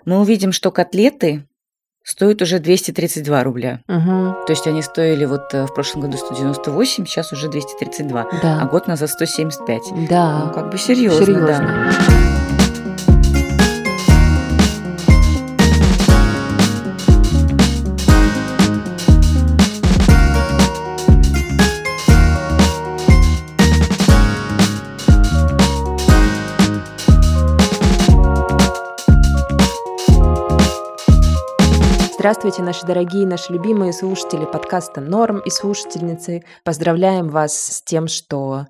мы увидим, что котлеты стоят уже 232 рубля. То есть они стоили в прошлом году 198, сейчас уже 232, а Да, год назад 175. Ну, да, как бы серьезно, да. серьезно. Здравствуйте, наши дорогие, наши любимые слушатели подкаста «Норм» и слушательницы. Поздравляем вас с тем, что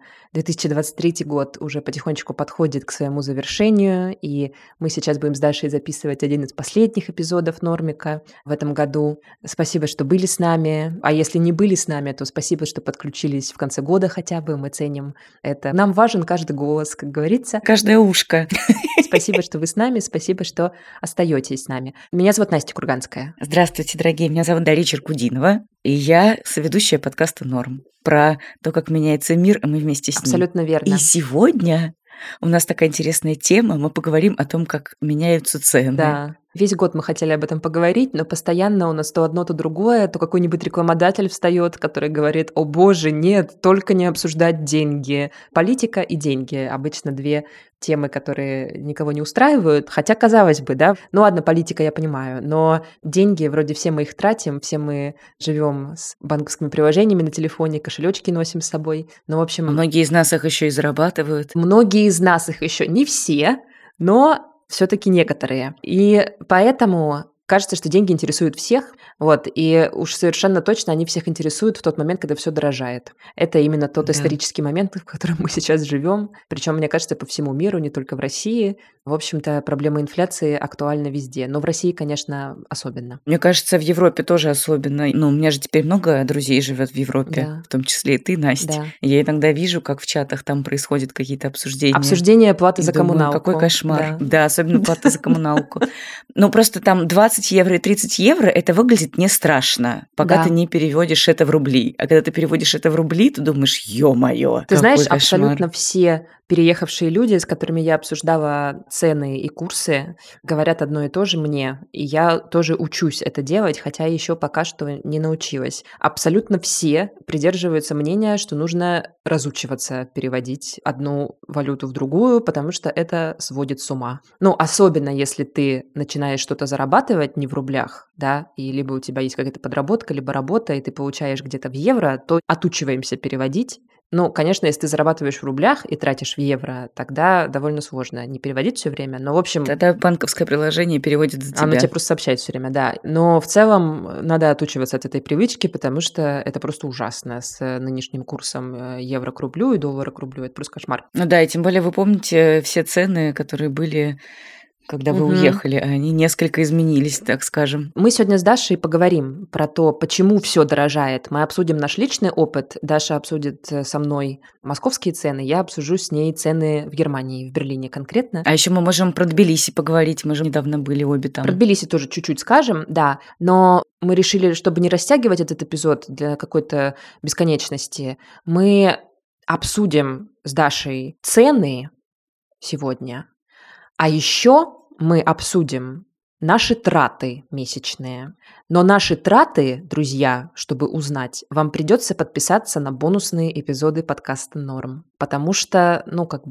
2023 год уже потихонечку подходит к своему завершению, и мы сейчас будем с Дашей записывать один из последних эпизодов «Нормика» в этом году. Спасибо, что были с нами, а если не были с нами, то спасибо, что подключились в конце года хотя бы, мы ценим это. Нам важен каждый голос, как говорится. Каждое ушко. Спасибо, что вы с нами, спасибо, что остаетесь с нами. Меня зовут Настя Курганская. Здравствуйте, дорогие, меня зовут Дарья Черкудинова, и я соведущая подкаста «Норм». Про то, как меняется мир, а мы вместе с ним. Абсолютно верно. И сегодня у нас такая интересная тема, мы поговорим о том, как меняются цены. Да. Весь год мы хотели об этом поговорить, но постоянно у нас то одно, то другое, то какой-нибудь рекламодатель встает, который говорит: «О боже, нет, только не обсуждать деньги». Политика и деньги — обычно две темы, которые никого не устраивают, хотя, казалось бы, да, ну ладно, политика я понимаю, но деньги, вроде все мы их тратим, все мы живем с банковскими приложениями на телефоне, кошелечки носим с собой, ну, в общем... Многие из нас их еще и зарабатывают. Многие из нас их еще, не все, но все-таки некоторые. И поэтому кажется, что деньги интересуют всех, и уж совершенно точно они всех интересуют в тот момент, когда все дорожает. Это именно тот исторический момент, в котором мы сейчас живем, причем, мне кажется, по всему миру, не только в России. В общем-то, проблема инфляции актуальна везде, но в России, конечно, особенно. Мне кажется, в Европе тоже особенно. Ну, у меня же теперь много друзей живет в Европе, Да. в том числе и ты, Настя. Да. Я иногда вижу, как в чатах там происходят какие-то обсуждения. Обсуждение платы И за думаю, коммуналку. какой кошмар. Да, особенно плата за коммуналку. Ну, просто там 20 евро и 30 евро, это выглядит не страшно, пока ты не переводишь это в рубли. А когда ты переводишь это в рубли, ты думаешь: ё-моё, ты знаешь, кошмар. абсолютно все переехавшие люди, с которыми я обсуждала цены и курсы, говорят одно и то же мне. И я тоже учусь это делать, хотя еще пока что не научилась. Абсолютно все придерживаются мнения, что нужно разучиваться переводить одну валюту в другую, потому что это сводит с ума. Ну, особенно если ты начинаешь что-то зарабатывать не в рублях, да, и либо у тебя есть какая-то подработка, либо работа, и ты получаешь где-то в евро, то отучиваемся переводить. Ну, конечно, если ты зарабатываешь в рублях и тратишь в евро, тогда довольно сложно не переводить все время. Но, в общем... Тогда банковское приложение переводит за тебя. Оно тебе просто сообщает все время, да. Но в целом надо отучиваться от этой привычки, потому что это просто ужасно с нынешним курсом евро к рублю и доллара к рублю. Это просто кошмар. Ну да, и тем более вы помните все цены, которые были, когда вы уехали, а они несколько изменились, так скажем. Мы сегодня с Дашей поговорим про то, почему все дорожает. Мы обсудим наш личный опыт. Даша обсудит со мной московские цены, я обсужу с ней цены в Германии, в Берлине конкретно. А еще мы можем про Тбилиси поговорить, мы же недавно были обе там. Про Тбилиси тоже чуть-чуть скажем, да, но мы решили, чтобы не растягивать этот эпизод для какой-то бесконечности, мы обсудим с Дашей цены сегодня, а еще мы обсудим наши траты месячные. Но наши траты, друзья, чтобы узнать, вам придется подписаться на бонусные эпизоды подкаста «Норм». Потому что,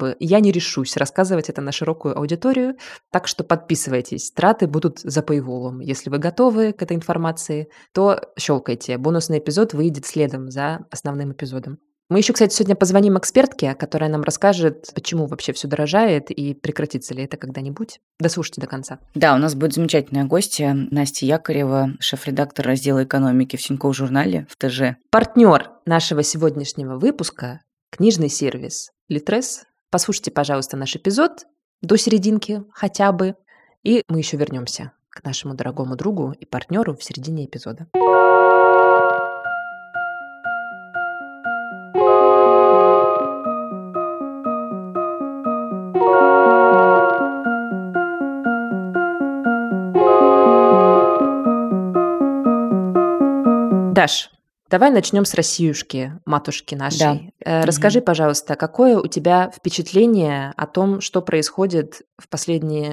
я не решусь рассказывать это на широкую аудиторию, так что подписывайтесь. Траты будут за paywall'ом. Если вы готовы к этой информации, то щелкайте. Бонусный эпизод выйдет следом за основным эпизодом. Мы еще, кстати, сегодня позвоним экспертке, которая нам расскажет, почему вообще все дорожает и прекратится ли это когда-нибудь. Дослушайте до конца. Да, у нас будет замечательная гостья Настя Якорева, шеф-редактор раздела экономики в Тинькофф журнале в ТЖ. Партнер нашего сегодняшнего выпуска – книжный сервис Литрес. Послушайте, пожалуйста, наш эпизод до серединки хотя бы, и мы еще вернемся к нашему дорогому другу и партнеру в середине эпизода. Даш, давай начнем с Россиюшки, матушки нашей. Да. Расскажи, пожалуйста, какое у тебя впечатление о том, что происходит в последние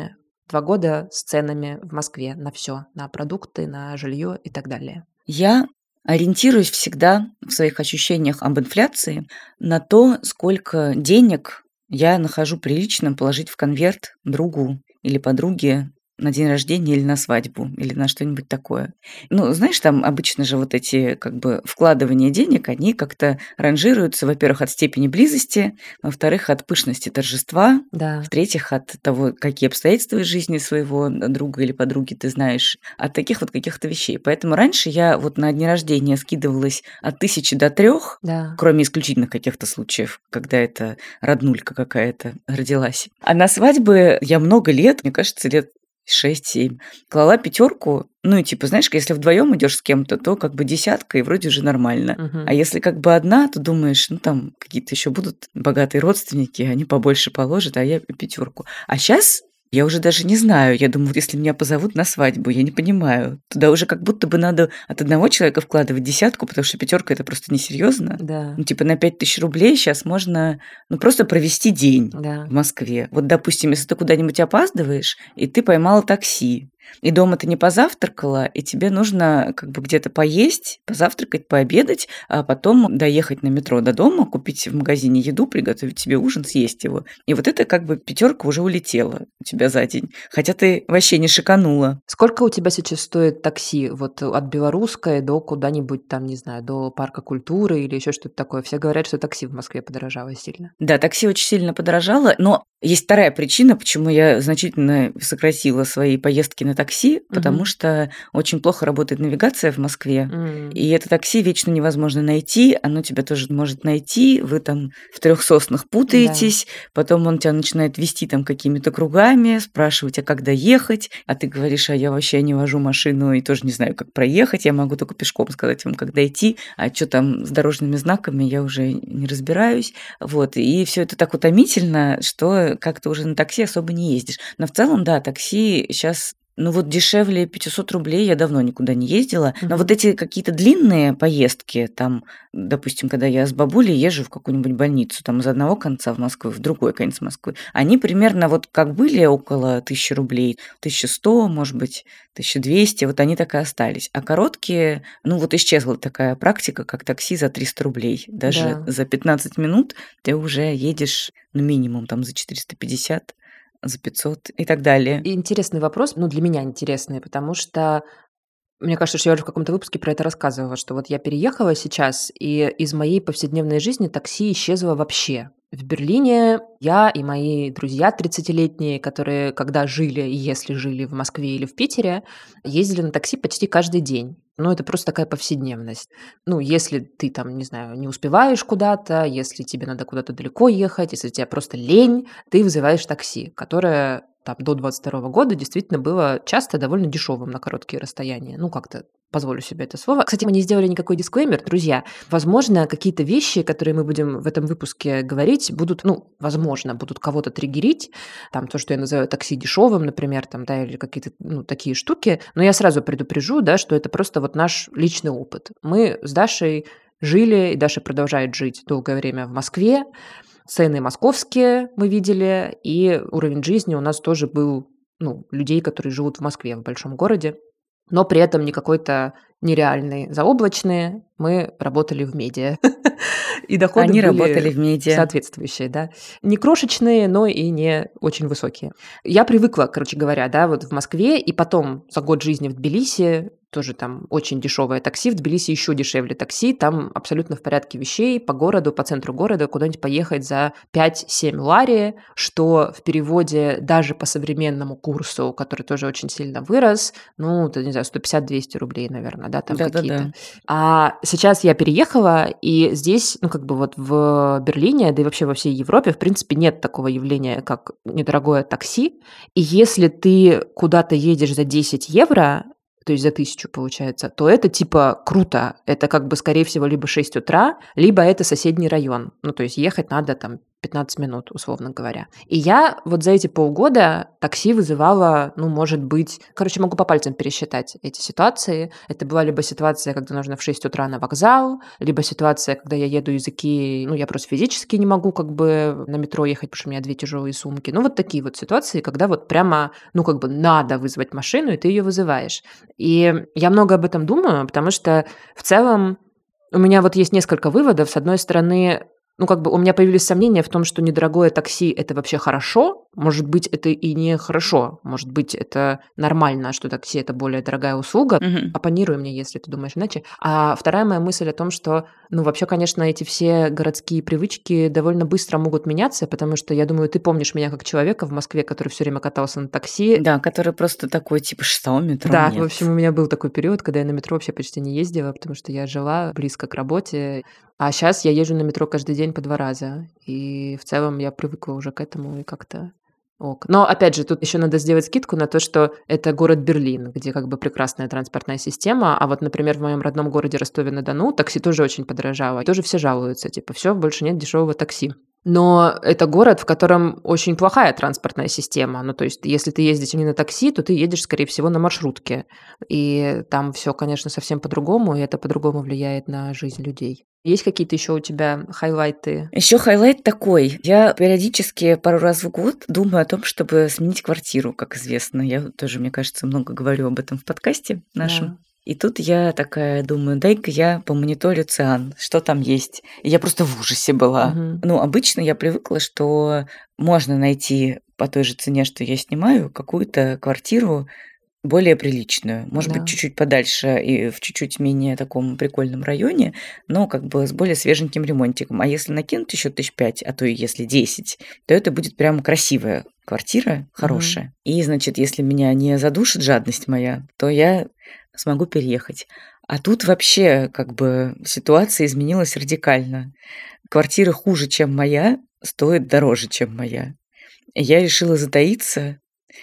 2 года с ценами в Москве на все, на продукты, на жилье и так далее. Я ориентируюсь всегда в своих ощущениях об инфляции на то, сколько денег я нахожу приличным положить в конверт другу или подруге на день рождения или на свадьбу, или на что-нибудь такое. Ну, знаешь, там обычно же вот эти как бы вкладывания денег, они как-то ранжируются, во-первых, от степени близости, во-вторых, от пышности торжества, Да. в-третьих, от того, какие обстоятельства из жизни своего друга или подруги ты знаешь, от таких вот каких-то вещей. Поэтому раньше я вот на дни рождения скидывалась от 1000 до 3, Да. кроме исключительных каких-то случаев, когда это роднулька какая-то родилась. А на свадьбы я много лет, мне кажется, лет 6-7, клала 5, ну и типа, знаешь, если вдвоем идешь с кем-то, то как бы 10 и вроде уже нормально. Мгм. А если как бы одна, то думаешь, ну там какие-то еще будут богатые родственники, они побольше положат, а я 5. А сейчас я уже даже не знаю. Я думаю, вот если меня позовут на свадьбу, я не понимаю. Туда уже как будто бы надо от одного человека вкладывать 10, потому что 5 это просто несерьезно. Да. Ну, типа на 5000 рублей сейчас можно, ну, просто провести день Да. в Москве. Вот, допустим, если ты куда-нибудь опаздываешь, и ты поймала такси, и дома ты не позавтракала, и тебе нужно как бы где-то поесть, позавтракать, пообедать, а потом доехать на метро до дома, купить в магазине еду, приготовить себе ужин, съесть его. И вот это как бы 5 уже улетела у тебя за день, хотя ты вообще не шиканула. Сколько у тебя сейчас стоит такси вот от Белорусской до куда-нибудь там, не знаю, до парка культуры или еще что-то такое? Все говорят, что такси в Москве подорожало сильно. Да, такси очень сильно подорожало, но есть вторая причина, почему я значительно сократила свои поездки на такси, потому Мгм. что очень плохо работает навигация в Москве, М. и это такси вечно невозможно найти, оно тебя тоже может найти, вы там в 3 соснах Да. путаетесь, потом он тебя начинает вести там какими-то кругами, спрашивать, а как доехать, а ты говоришь, а я вообще не вожу машину и тоже не знаю, как проехать, я могу только пешком сказать вам, как дойти, а что там с дорожными знаками, я уже не разбираюсь. Вот, и все это так утомительно, что как-то уже на такси особо не ездишь. Но в целом, да, такси сейчас, ну вот дешевле 500 рублей я давно никуда не ездила. Но Мгм. вот эти какие-то длинные поездки, там, допустим, когда я с бабулей езжу в какую-нибудь больницу, там из одного конца в Москву, в другой конец Москвы, они примерно вот как были около 1000 рублей, 1100, может быть, 1200, вот они так и остались. А короткие, ну вот исчезла такая практика, как такси за 300 рублей. Даже Да. за 15 минут ты уже едешь, ну, минимум там за 450, за 500 и так далее. И интересный вопрос, ну, для меня интересный, потому что мне кажется, что я уже в каком-то выпуске про это рассказывала, что вот я переехала сейчас, и из моей повседневной жизни такси исчезло вообще. В Берлине я и мои друзья 30-летние, которые когда жили, и если жили в Москве или в Питере, ездили на такси почти каждый день. Ну, это просто такая повседневность. Ну, если ты там, не знаю, не успеваешь куда-то, если тебе надо куда-то далеко ехать, если тебе просто лень, ты вызываешь такси, которое там до 22 года действительно было часто довольно дешевым на короткие расстояния. Ну, как-то позволю себе это слово. Кстати, мы не сделали никакой дисклеймер, друзья. Возможно, какие-то вещи, которые мы будем в этом выпуске говорить, будут, ну, возможно, будут кого-то триггерить. Там то, что я называю такси дешевым, например, там, да, или какие-то, ну, такие штуки. Но я сразу предупрежу, да, что это просто вот наш личный опыт. Мы с Дашей жили, и Даша продолжает жить долгое время в Москве. Цены московские мы видели, и уровень жизни у нас тоже был, ну, людей, которые живут в Москве, в большом городе, но при этом не какой-то нереальный заоблачный. Мы работали в медиа, и доходы Они были работали в медиа. соответствующие, да. Не крошечные, но и не очень высокие. Я привыкла, короче говоря, да, вот в Москве, и потом за год жизни в Тбилиси тоже там очень дешевое такси, в Тбилиси еще дешевле такси, там абсолютно в порядке вещей по городу, по центру города куда-нибудь поехать за 5-7 лари, что в переводе даже по современному курсу, который тоже очень сильно вырос, ну, не знаю, 150-200 рублей, наверное, да, там Да-да-да. какие-то. А сейчас я переехала, и здесь, ну, как бы вот в Берлине, да и вообще во всей Европе, в принципе, нет такого явления, как недорогое такси. И если ты куда-то едешь за 10 евро, то есть за 1000 получается, то это типа круто. Это как бы, скорее всего, либо 6 утра, либо это соседний район. Ну, то есть ехать надо там 15 минут, условно говоря. И я вот за эти полгода такси вызывала, может быть... Короче, могу по пальцам пересчитать эти ситуации. Это была либо ситуация, когда нужно в 6 утра на вокзал, либо ситуация, когда я еду языки, я просто физически не могу на метро ехать, потому что у меня 2 тяжелые сумки. Вот такие вот ситуации, когда вот прямо, надо вызвать машину, и ты ее вызываешь. И я много об этом думаю, потому что в целом у меня вот есть несколько выводов. С одной стороны, у меня появились сомнения в том, что недорогое такси – это вообще хорошо. Может быть, это и не хорошо. Может быть, это нормально, что такси – это более дорогая услуга. Оппонируй мне, если ты думаешь иначе. А вторая моя мысль о том, что, вообще, конечно, эти все городские привычки довольно быстро могут меняться, потому что, я думаю, ты помнишь меня как человека в Москве, который все время катался на такси. Да, который просто такой, типа, что, метро Да, нет. в общем, у меня был такой период, когда я на метро вообще почти не ездила, потому что я жила близко к работе. А сейчас я езжу на метро каждый день по 2 раза. И в целом я привыкла уже к этому и как-то ок. Но, опять же, тут еще надо сделать скидку на то, что это город Берлин, где прекрасная транспортная система. А вот, например, в моем родном городе Ростове-на-Дону такси тоже очень подорожало. И тоже все жалуются, все, больше нет дешевого такси. Но это город, в котором очень плохая транспортная система. То есть, если ты ездишь не на такси, то ты едешь, скорее всего, на маршрутке. И там все, конечно, совсем по-другому, и это по-другому влияет на жизнь людей. Есть какие-то еще у тебя хайлайты? Еще хайлайт такой. Я периодически пару раз в год думаю о том, чтобы сменить квартиру, как известно. Я тоже, мне кажется, много говорю об этом в подкасте нашем. Да. И тут я такая думаю, дай-ка я помониторю ЦИАН, что там есть. И я просто в ужасе была. Обычно я привыкла, что можно найти по той же цене, что я снимаю, какую-то квартиру более приличную. Может быть, чуть-чуть подальше и в чуть-чуть менее таком прикольном районе, но с более свеженьким ремонтиком. А если накинуть еще 5 000, а то и если 10, то это будет прям красивая квартира, хорошая. И, значит, если меня не задушит жадность моя, то я смогу переехать. А тут вообще ситуация изменилась радикально. Квартира хуже, чем моя, стоит дороже, чем моя. Я решила затаиться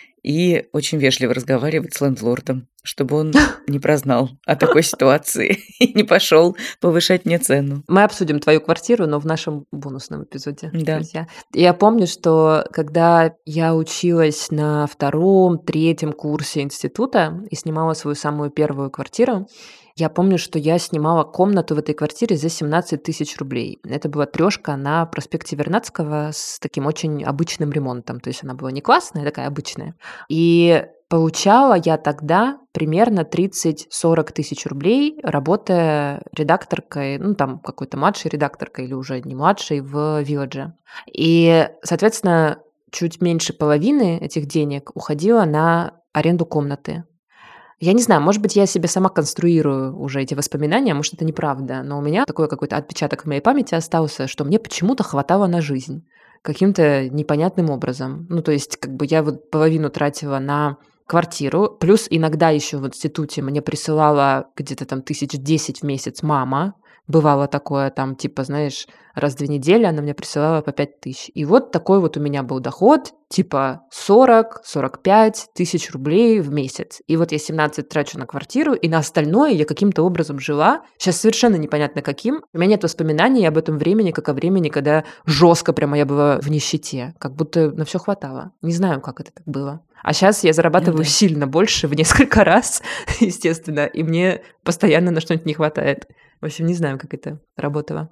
и очень вежливо разговаривать с лендлордом, чтобы он не прознал о такой ситуации и не пошел повышать мне цену. Мы обсудим твою квартиру, но в нашем бонусном эпизоде, Да. друзья. Я помню, что когда я училась на 2-3 курсе института и снимала свою самую первую квартиру, я помню, что я снимала комнату в этой квартире за 17 000 рублей. Это была 3 на проспекте Вернадского с таким очень обычным ремонтом. То есть она была не классная, а такая обычная. И получала я тогда примерно 30-40 тысяч рублей, работая редакторкой, какой-то младшей редакторкой или уже не младшей в Village. И, соответственно, чуть меньше половины этих денег уходило на аренду комнаты. Я не знаю, может быть, я себе сама конструирую уже эти воспоминания, может, это неправда, но у меня такой какой-то отпечаток в моей памяти остался, что мне почему-то хватало на жизнь каким-то непонятным образом. То есть, я половину тратила на квартиру, плюс иногда еще в институте мне присылала где-то 1010 в месяц мама. Бывало такое, знаешь, раз в 2 недели она мне присылала по 5000. И вот такой вот у меня был доход, 40-45 тысяч рублей в месяц. И вот я 17 трачу на квартиру, и на остальное я каким-то образом жила. Сейчас совершенно непонятно каким. У меня нет воспоминаний об этом времени, как о времени, когда жестко прямо я была в нищете. Как будто на все хватало. Не знаю, как это так было. А сейчас я зарабатываю сильно больше, в несколько раз, естественно, и мне постоянно на что-нибудь не хватает. В общем, не знаю, как это работало.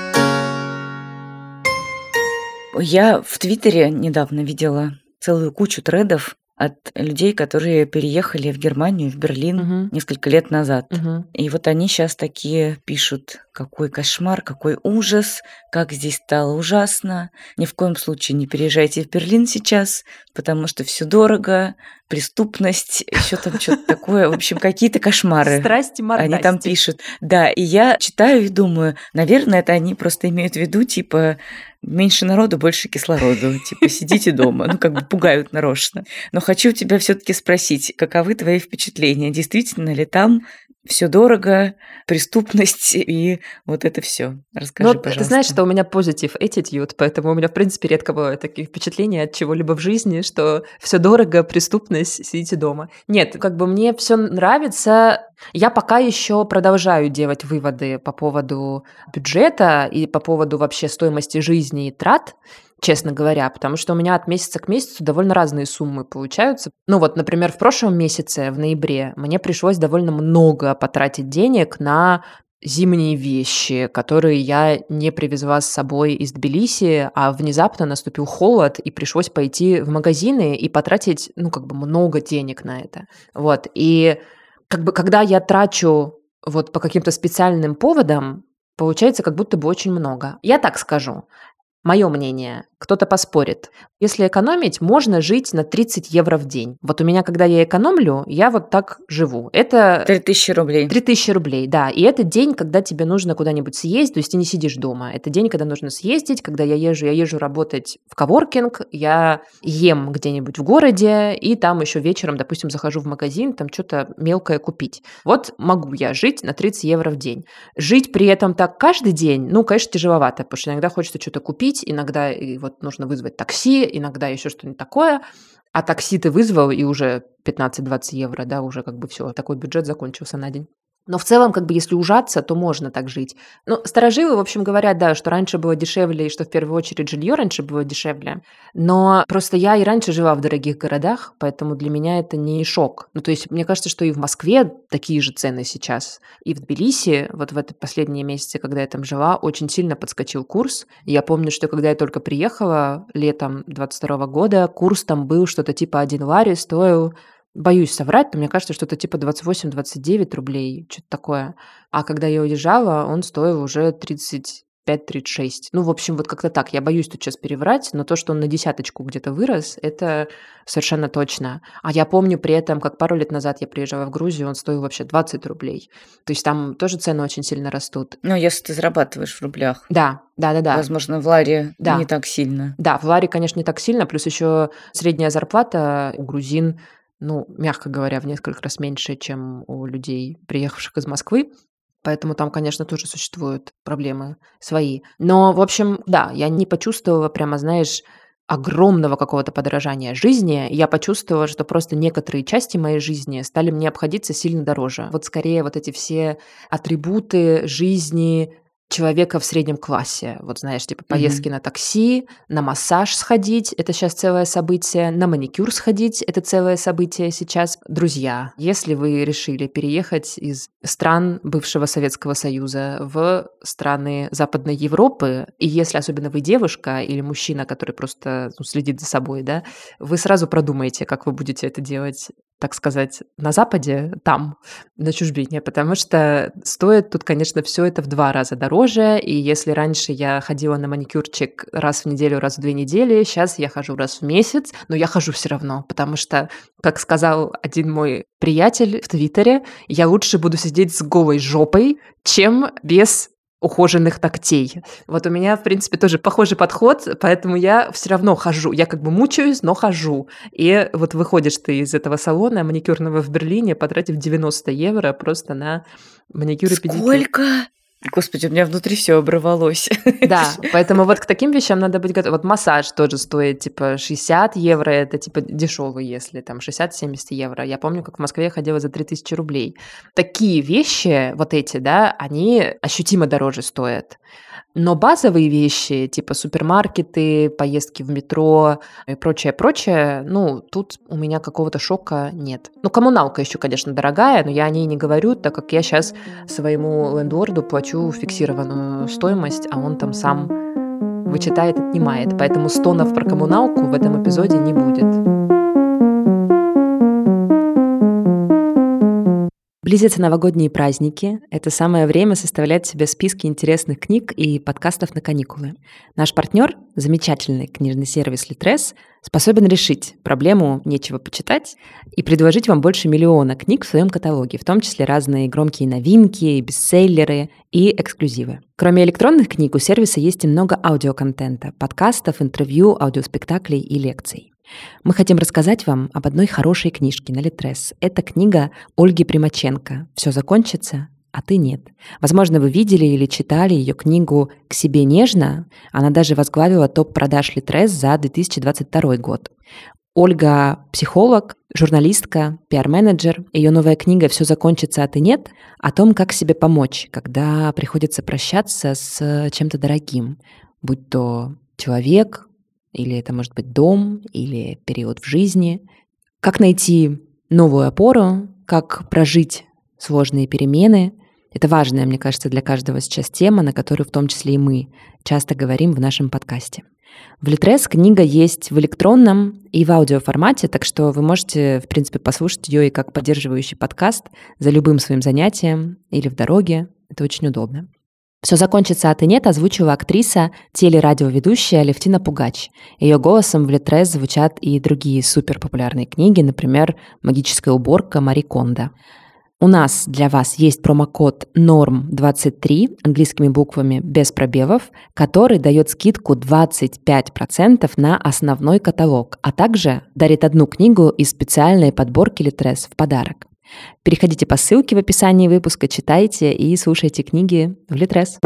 Я в Твиттере недавно видела целую кучу тредов от людей, которые переехали в Германию, в Берлин несколько лет назад. И вот они сейчас такие пишут: какой кошмар, какой ужас, как здесь стало ужасно. Ни в коем случае не переезжайте в Берлин сейчас, потому что все дорого, преступность, еще там что-то такое. В общем, какие-то кошмары. Страсти, мордасти. Они там пишут. Да, и я читаю и думаю, наверное, это они просто имеют в виду, меньше народу, больше кислороду. Сидите дома. Пугают нарочно. Но хочу тебя все-таки спросить, каковы твои впечатления? Действительно ли там все дорого, преступность и вот это все? Расскажи, пожалуйста. Ты знаешь, что у меня positive attitude, поэтому у меня, в принципе, редко бывают такие впечатления от чего-либо в жизни, что все дорого, преступность, сидите дома. Нет, мне все нравится Я пока еще продолжаю делать выводы по поводу бюджета и по поводу вообще стоимости жизни и трат, честно говоря, потому что у меня от месяца к месяцу довольно разные суммы получаются. Ну вот, например, в прошлом месяце, в ноябре, мне пришлось довольно много потратить денег на зимние вещи, которые я не привезла с собой из Тбилиси, а внезапно наступил холод, и пришлось пойти в магазины и потратить, много денег на это. Вот, и когда я трачу вот по каким-то специальным поводам, получается как будто бы очень много. Я так скажу. Мое мнение, кто-то поспорит. Если экономить, можно жить на 30 евро в день. Вот у меня, когда я экономлю, я вот так живу. Это 3000 рублей. 3000 рублей, да. И это день, когда тебе нужно куда-нибудь съездить, то есть ты не сидишь дома. Это день, когда нужно съездить, когда я езжу работать в коворкинг, я ем где-нибудь в городе, и там еще вечером, допустим, захожу в магазин, там что-то мелкое купить. Вот могу я жить на 30 евро в день. Жить при этом так каждый день, конечно, тяжеловато, потому что иногда хочется что-то купить, иногда и вот нужно вызвать такси, иногда еще что-нибудь такое, а такси ты вызвал, и уже 15-20 евро, да, уже все, такой бюджет закончился на день. Но в целом, если ужаться, то можно так жить. Но старожилы, в общем, говорят, да, что раньше было дешевле, и что в первую очередь жилье раньше было дешевле. Но просто я и раньше жила в дорогих городах, поэтому для меня это не шок. То есть мне кажется, что и в Москве такие же цены сейчас. И в Тбилиси, вот в эти последние месяцы, когда я там жила, очень сильно подскочил курс. Я помню, что когда я только приехала летом 22 года, курс там был что-то типа 1 лари стоил... Боюсь соврать, но мне кажется, что-то типа 28-29 рублей, что-то такое. А когда я уезжала, он стоил уже 35-36. В общем, вот как-то так. Я боюсь тут сейчас переврать, но то, что он на десяточку где-то вырос, это совершенно точно. А я помню при этом, как пару лет назад я приезжала в Грузию, он стоил вообще 20 рублей. То есть там тоже цены очень сильно растут. Если ты зарабатываешь в рублях. Да. Возможно, в ларе не так сильно. Да, в ларе, конечно, не так сильно, плюс еще средняя зарплата у грузин, мягко говоря, в несколько раз меньше, чем у людей, приехавших из Москвы. Поэтому там, конечно, тоже существуют проблемы свои. Но, в общем, да, я не почувствовала прямо, знаешь, огромного какого-то подорожания жизни. Я почувствовала, что просто некоторые части моей жизни стали мне обходиться сильно дороже. Вот скорее вот эти все атрибуты жизни человека в среднем классе. Вот знаешь, типа поездки на такси, на массаж сходить, это сейчас целое событие, на маникюр сходить, это целое событие сейчас. Друзья, если вы решили переехать из стран бывшего Советского Союза в страны Западной Европы, и если особенно вы девушка или мужчина, который просто следит за собой, да, вы сразу продумаете, как вы будете это делать, так сказать, на Западе, там, на чужбине, потому что стоит тут, конечно, все это в 2 раза дороже, и если раньше я ходила на маникюрчик раз в неделю, раз в 2 недели, сейчас я хожу раз в месяц, но я хожу все равно, потому что, как сказал один мой приятель в Твиттере, я лучше буду сидеть с голой жопой, чем без ухоженных ногтей. Вот у меня, в принципе, тоже похожий подход, поэтому я все равно хожу. Я мучаюсь, но хожу. И вот выходишь ты из этого салона маникюрного в Берлине, потратив 90 евро просто на маникюр и педикюр. Сколько? Господи, у меня внутри все оборвалось. Да, поэтому вот к таким вещам надо быть готовым. Вот массаж тоже стоит типа 60 евро, это типа дешевый, если там 60-70 евро. Я помню, как в Москве я ходила за 3000 рублей. Такие вещи, вот эти, да, они ощутимо дороже стоят. Но базовые вещи, типа супермаркеты, поездки в метро и прочее, тут у меня какого-то шока нет. Коммуналка еще, конечно, дорогая, но я о ней не говорю, так как я сейчас своему лендлорду плачу фиксированную стоимость, а он там сам вычитает, отнимает. Поэтому стонов про коммуналку в этом эпизоде не будет. Близятся новогодние праздники. Это самое время составлять себе списки интересных книг и подкастов на каникулы. Наш партнер, замечательный книжный сервис Litres, способен решить проблему «нечего почитать» и предложить вам больше 1 000 000 книг в своем каталоге, в том числе разные громкие новинки, бестселлеры и эксклюзивы. Кроме электронных книг, у сервиса есть и много аудиоконтента, подкастов, интервью, аудиоспектаклей и лекций. Мы хотим рассказать вам об одной хорошей книжке на Litres. Это книга Ольги Примаченко «Все закончится, а ты нет». Возможно, вы видели или читали ее книгу «К себе нежно». Она даже возглавила топ продаж Litres за 2022 год. Ольга – психолог, журналистка, пиар-менеджер. Ее новая книга «Все закончится, а ты нет» о том, как себе помочь, когда приходится прощаться с чем-то дорогим, будь то человек, или это может быть дом, или период в жизни. Как найти новую опору, как прожить сложные перемены. Это важная, мне кажется, для каждого сейчас тема, на которую в том числе и мы часто говорим в нашем подкасте. В Литрес книга есть в электронном и в аудиоформате, так что вы можете, в принципе, послушать ее и как поддерживающий подкаст за любым своим занятием или в дороге. Это очень удобно. «Все закончится, а ты нет» озвучила актриса, телерадиоведущая Алевтина Пугач. Ее голосом в Литрес звучат и другие суперпопулярные книги, например, «Магическая уборка» Мари Кондо. У нас для вас есть промокод NORM23 английскими буквами без пробелов, который дает скидку 25% на основной каталог, а также дарит одну книгу из специальной подборки Литрес в подарок. Переходите по ссылке в описании выпуска, читайте и слушайте книги в Литрес.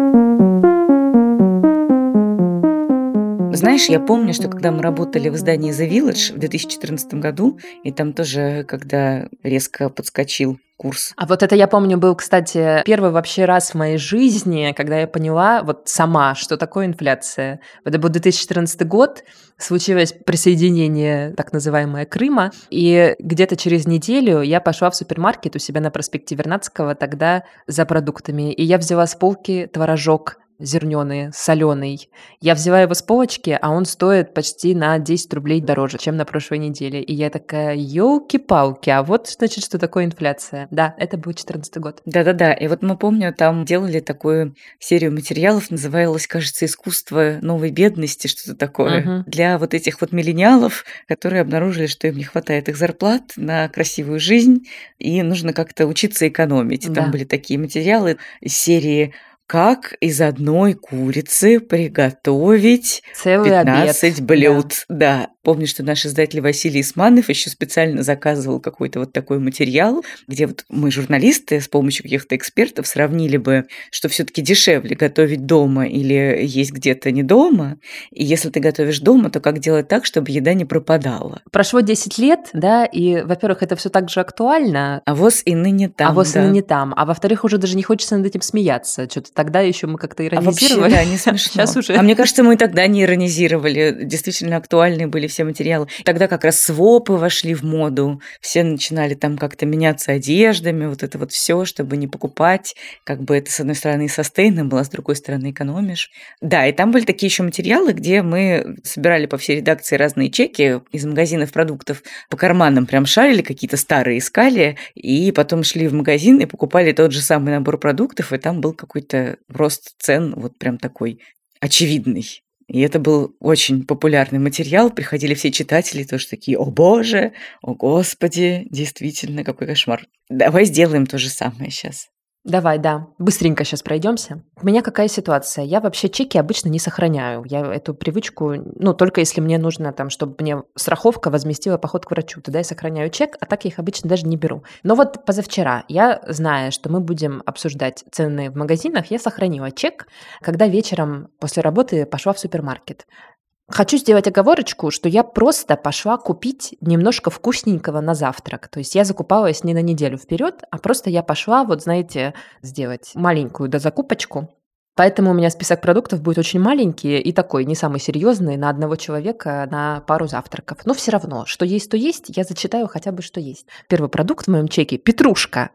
Знаешь, я помню, что когда мы работали в издании The Village в 2014 году, и там тоже, когда резко подскочил курс. А вот это, я помню, был, кстати, первый вообще раз в моей жизни, когда я поняла вот сама, что такое инфляция. Это был 2014 год, случилось присоединение так называемое Крыма, и где-то через неделю я пошла в супермаркет у себя на проспекте Вернадского тогда за продуктами, и я взяла с полки творожок зернёный, соленый. Я взяла его с полочки, а он стоит почти на 10 рублей дороже, чем на прошлой неделе. И я такая, ёлки-палки, а вот, значит, что такое инфляция. Да, это был 2014 год. Да-да-да, и вот мы, помню, там делали такую серию материалов, называлась, кажется, «Искусство новой бедности», что-то такое, для вот этих вот миллениалов, которые обнаружили, что им не хватает их зарплат на красивую жизнь, и нужно как-то учиться экономить. И там были такие материалы из серии «Как из одной курицы приготовить целый 15 обед. блюд». Да. Помню, что наш издатель Василий Исманов еще специально заказывал какой-то вот такой материал, где вот мы, журналисты, с помощью каких-то экспертов сравнили бы, что все-таки дешевле готовить дома или есть где-то не дома. И если ты готовишь дома, то как делать так, чтобы еда не пропадала? Прошло 10 лет, да, и, во-первых, это все так же актуально. А воз и ныне там, А воз и ныне там. А во-вторых, уже даже не хочется над этим смеяться. Что-то тогда еще мы как-то иронизировали. А вообще, да, не смешно. Сейчас уже. А мне кажется, мы тогда не иронизировали. Действительно актуальные были все материалы. Тогда как раз свопы вошли в моду. Все начинали там как-то меняться одеждами. Вот это вот все, чтобы не покупать. Как бы это, с одной стороны, sustainable, а с другой стороны, экономишь. Да, и там были такие еще материалы, где мы собирали по всей редакции разные чеки из магазинов продуктов. По карманам прям шарили, какие-то старые искали. И потом шли в магазин и покупали тот же самый набор продуктов. И там был какой-то рост цен вот прям такой очевидный. И это был очень популярный материал. Приходили все читатели тоже такие: «О боже, о господи, действительно, какой кошмар». Давай сделаем то же самое сейчас. Давай, да. Быстренько сейчас пройдемся. У меня какая ситуация? Я вообще чеки обычно не сохраняю. Я эту привычку, только если мне нужно, там, чтобы мне страховка возместила поход к врачу, тогда я сохраняю чек, а так я их обычно даже не беру. Но вот позавчера, я, зная, что мы будем обсуждать цены в магазинах, я сохранила чек, когда вечером после работы пошла в супермаркет. Хочу сделать оговорочку, что я просто пошла купить немножко вкусненького на завтрак. То есть я закупалась не на неделю вперед, а просто я пошла, вот знаете, сделать маленькую дозакупочку. Поэтому у меня список продуктов будет очень маленький и такой, не самый серьезный, на одного человека на пару завтраков. Но все равно, что есть, то есть, я зачитаю хотя бы, что есть. Первый продукт в моем чеке – петрушка.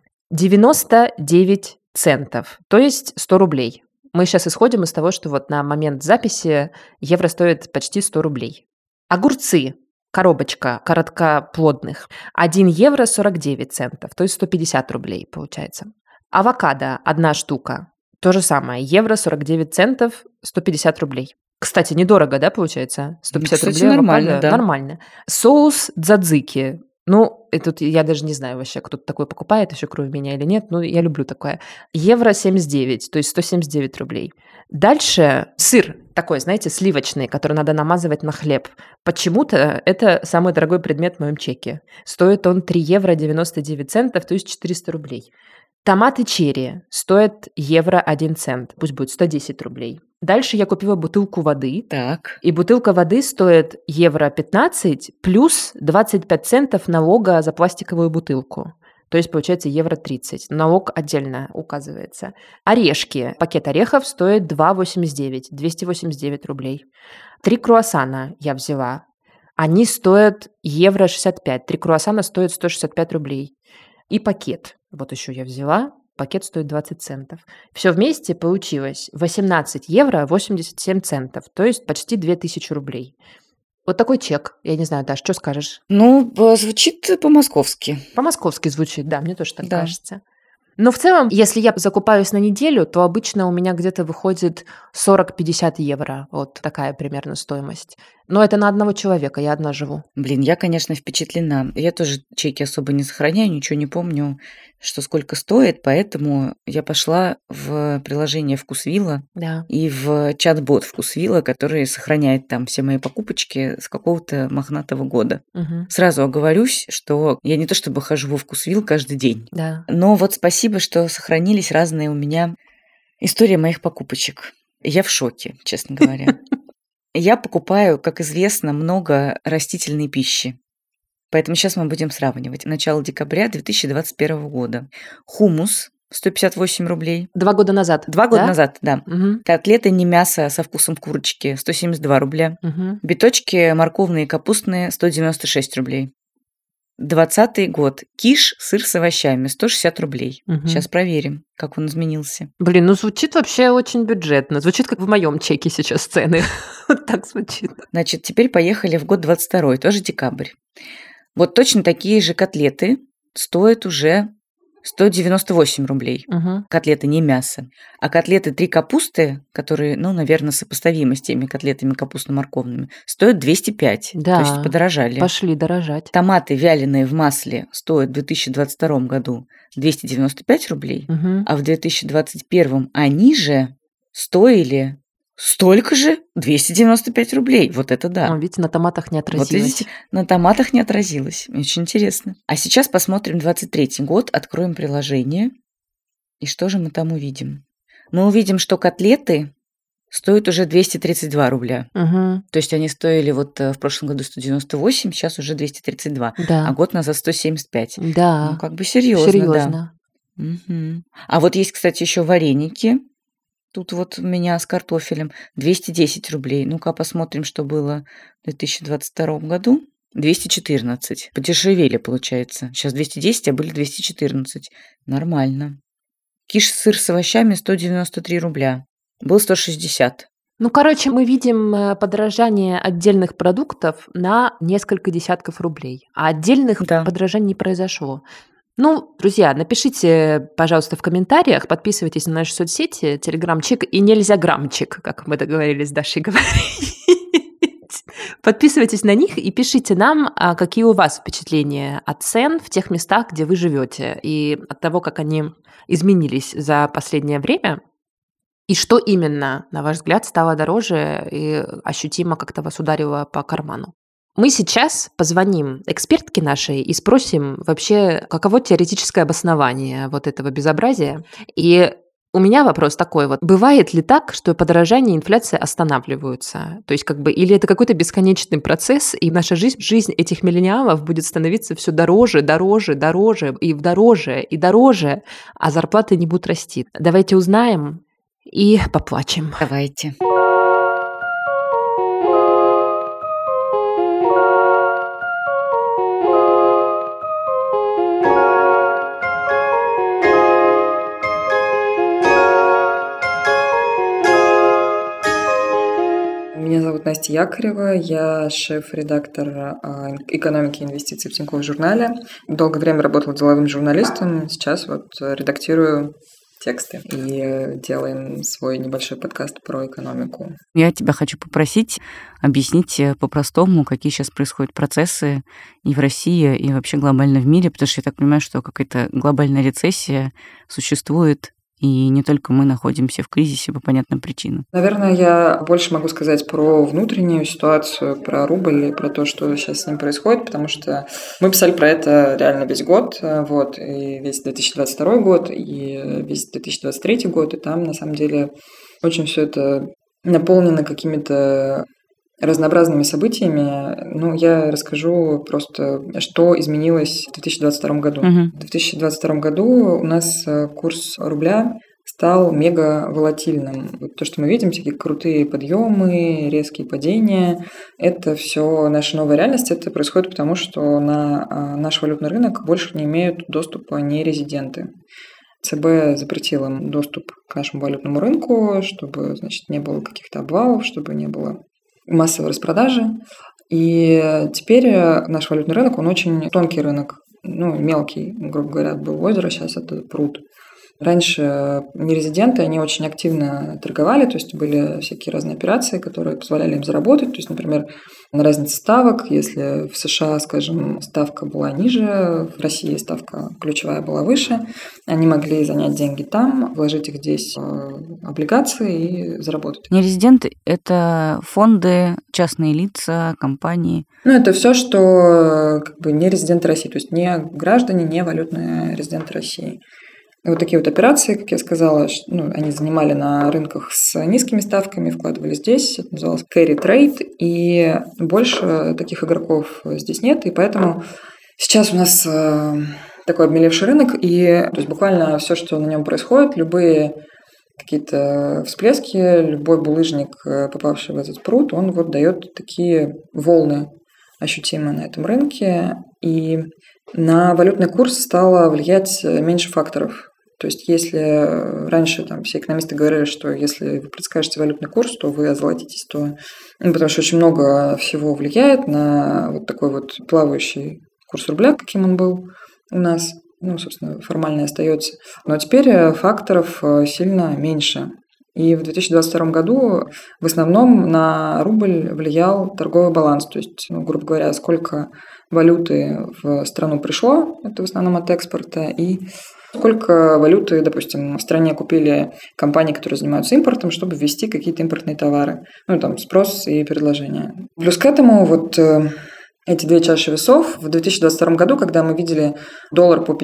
99 центов, то есть 100 рублей. Мы сейчас исходим из того, что вот на момент записи евро стоит почти 100 рублей. Огурцы, коробочка короткоплодных, 1 евро 49 центов, то есть 150 рублей получается. Авокадо, одна штука, то же самое, евро 49 центов, 150 рублей. Кстати, недорого, да, получается? 150 Кстати, рублей нормально, авокадо, да. Нормально. Соус дзадзики. И тут я даже не знаю вообще, кто-то такой покупает еще кроме меня или нет, я люблю такое. Евро 79, то есть 179 рублей. Дальше сыр такой, знаете, сливочный, который надо намазывать на хлеб. Почему-то это самый дорогой предмет в моем чеке. Стоит он 3 евро 99 центов, то есть 400 рублей. Томаты черри стоят евро 1 цент, пусть будет 110 рублей. Дальше я купила бутылку воды, Так. и бутылка воды стоит евро 15 плюс 25 центов налога за пластиковую бутылку. То есть, получается, евро 30. Налог отдельно указывается. Орешки. Пакет орехов стоит 2,89, 289 рублей. 3 круассана я взяла. Они стоят евро 65. 3 круассана стоят 165 рублей. И пакет. Вот еще я взяла. Пакет стоит 20 центов. Все вместе получилось 18 евро 87 центов. То есть почти 2000 рублей. Вот такой чек. Я не знаю, Даш, что скажешь? Ну, звучит по-московски. По-московски звучит, да, мне тоже так Да. кажется. Но в целом, если я закупаюсь на неделю, то обычно у меня где-то выходит 40-50 евро. Вот такая примерно стоимость. Но это на одного человека, я одна живу. Блин, я, конечно, впечатлена. Я тоже чеки особо не сохраняю, ничего не помню, что сколько стоит, поэтому я пошла в приложение Вкусвилла Да. и в чат-бот Вкусвилла, который сохраняет там все мои покупочки с какого-то мохнатого года. Мгм. Сразу оговорюсь, что я не то чтобы хожу во Вкусвилл каждый день, Да. но вот спасибо, что сохранились разные у меня истории моих покупочек. Я в шоке, честно говоря. Я покупаю, как известно, много растительной пищи. Поэтому сейчас мы будем сравнивать. Начало декабря 2021 года. Хумус 158 рублей. 2 года назад. 2 года да? назад, да. Мгм. Котлеты не мясо со вкусом курочки 172 рубля. Мгм. Биточки морковные и капустные 196 рублей. 2020 год. Киш, сыр с овощами 160 рублей. Мгм. Сейчас проверим, как он изменился. Блин, ну звучит вообще очень бюджетно. Звучит, как в моем чеке сейчас цены. Вот так звучит. Значит, теперь поехали в год 22, тоже декабрь. Вот точно такие же котлеты стоят уже 198 рублей. Мгм. Котлеты не мясо. А котлеты 3 капусты, которые, ну, наверное, сопоставимы с теми котлетами капустно-морковными, стоят 205. То есть Да. подорожали. Пошли дорожать. Томаты, вяленые в масле, стоят в 2022 году 295 рублей, Мгм. а в 2021 они же стоили столько же, 295 рублей. Вот это да. Ну, видите, на томатах не Вот отразилось. видите, на томатах не отразилось. Очень интересно. А сейчас посмотрим 23 год, откроем приложение. И что же мы там увидим? Мы увидим, что котлеты стоят уже 232 рубля. Мгм. То есть они стоили вот в прошлом году 198, сейчас уже 232, а Да. год назад 175. Ну, Да. как бы серьезно, да. Серьезно. Мгм. А вот есть, кстати, еще вареники. Тут вот у меня с картофелем 210 рублей. Ну-ка посмотрим, что было в 2022 году. 214. Подешевели, получается. Сейчас 210, а были 214. Нормально. Киш сыр с овощами 193 рубля. Был 160. Ну, короче, мы видим подорожание отдельных продуктов на несколько десятков рублей, а отдельных Да. подорожаний не произошло. Ну, друзья, напишите, пожалуйста, в комментариях, подписывайтесь на наши соцсети, телеграм-чик и нельзя граммчик, как мы договорились с Дашей говорить. Подписывайтесь на них и пишите нам, какие у вас впечатления от цен в тех местах, где вы живете, и от того, как они изменились за последнее время. И что именно, на ваш взгляд, стало дороже и ощутимо как-то вас ударило по карману? Мы сейчас позвоним экспертке нашей и спросим вообще, каково теоретическое обоснование вот этого безобразия. И у меня вопрос такой вот. Бывает ли так, что подорожание и инфляция останавливаются? То есть или это какой-то бесконечный процесс, и наша жизнь этих миллениалов будет становиться все дороже, дороже, дороже, и дороже, и дороже, а зарплаты не будут расти? Давайте узнаем и поплачем. Давайте. Меня зовут Настя Якорева, я шеф-редактор экономики и инвестиций в Тинькофф журнале. Долгое время работала деловым журналистом, сейчас вот редактирую тексты и делаем свой небольшой подкаст про экономику. Я тебя хочу попросить объяснить по-простому, какие сейчас происходят процессы и в России, и вообще глобально в мире, потому что я так понимаю, что какая-то глобальная рецессия существует и не только мы находимся в кризисе по понятным причинам. Наверное, я больше могу сказать про внутреннюю ситуацию, про рубль и про то, что сейчас с ним происходит, потому что мы писали про это реально весь год, вот, и весь 2022 год, и весь 2023 год, и там, на самом деле, очень все это наполнено какими-то разнообразными событиями. Ну, я расскажу просто, что изменилось в 2022 году. В 2022 году у нас курс рубля стал мега волатильным. Вот то, что мы видим, такие крутые подъемы, резкие падения, это все наша новая реальность. Это происходит потому, что на наш валютный рынок больше не имеют доступа нерезиденты. ЦБ запретил им доступ к нашему валютному рынку, чтобы, значит, не было каких-то обвалов, чтобы не было массовой распродажи. И теперь наш валютный рынок, он очень тонкий рынок, ну, мелкий, грубо говоря, был озеро, сейчас это пруд. Раньше нерезиденты, они очень активно торговали, то есть были всякие разные операции, которые позволяли им заработать. То есть, например, на разнице ставок, если в США, скажем, ставка была ниже, в России ставка ключевая была выше, они могли занять деньги там, вложить их здесь в облигации и заработать. Нерезиденты – это фонды, частные лица, компании. Ну, это все, что как бы не резиденты России, то есть не граждане, не валютные резиденты России. И вот такие вот операции, как я сказала, ну, они занимали на рынках с низкими ставками, вкладывали здесь, это называлось carry trade, и больше таких игроков здесь нет, и поэтому сейчас у нас такой обмелевший рынок, и то есть буквально все, что на нем происходит, любые какие-то всплески, любой булыжник, попавший в этот пруд, он вот дает такие волны ощутимые на этом рынке, и на валютный курс стало влиять меньше факторов. То есть, если раньше там все экономисты говорили, что если вы предскажете валютный курс, то вы озолотитесь, то... Ну, потому что очень много всего влияет на вот такой вот плавающий курс рубля, каким он был у нас. Ну, собственно, формально остается. Но теперь факторов сильно меньше. И в 2022 году в основном на рубль влиял торговый баланс. То есть, ну, грубо говоря, сколько валюты в страну пришло, это в основном от экспорта, и сколько валюты, допустим, в стране купили компании, которые занимаются импортом, чтобы ввести какие-то импортные товары. Ну, там, спрос и предложение. Плюс к этому вот эти две чаши весов в 2022 году, когда мы видели доллар по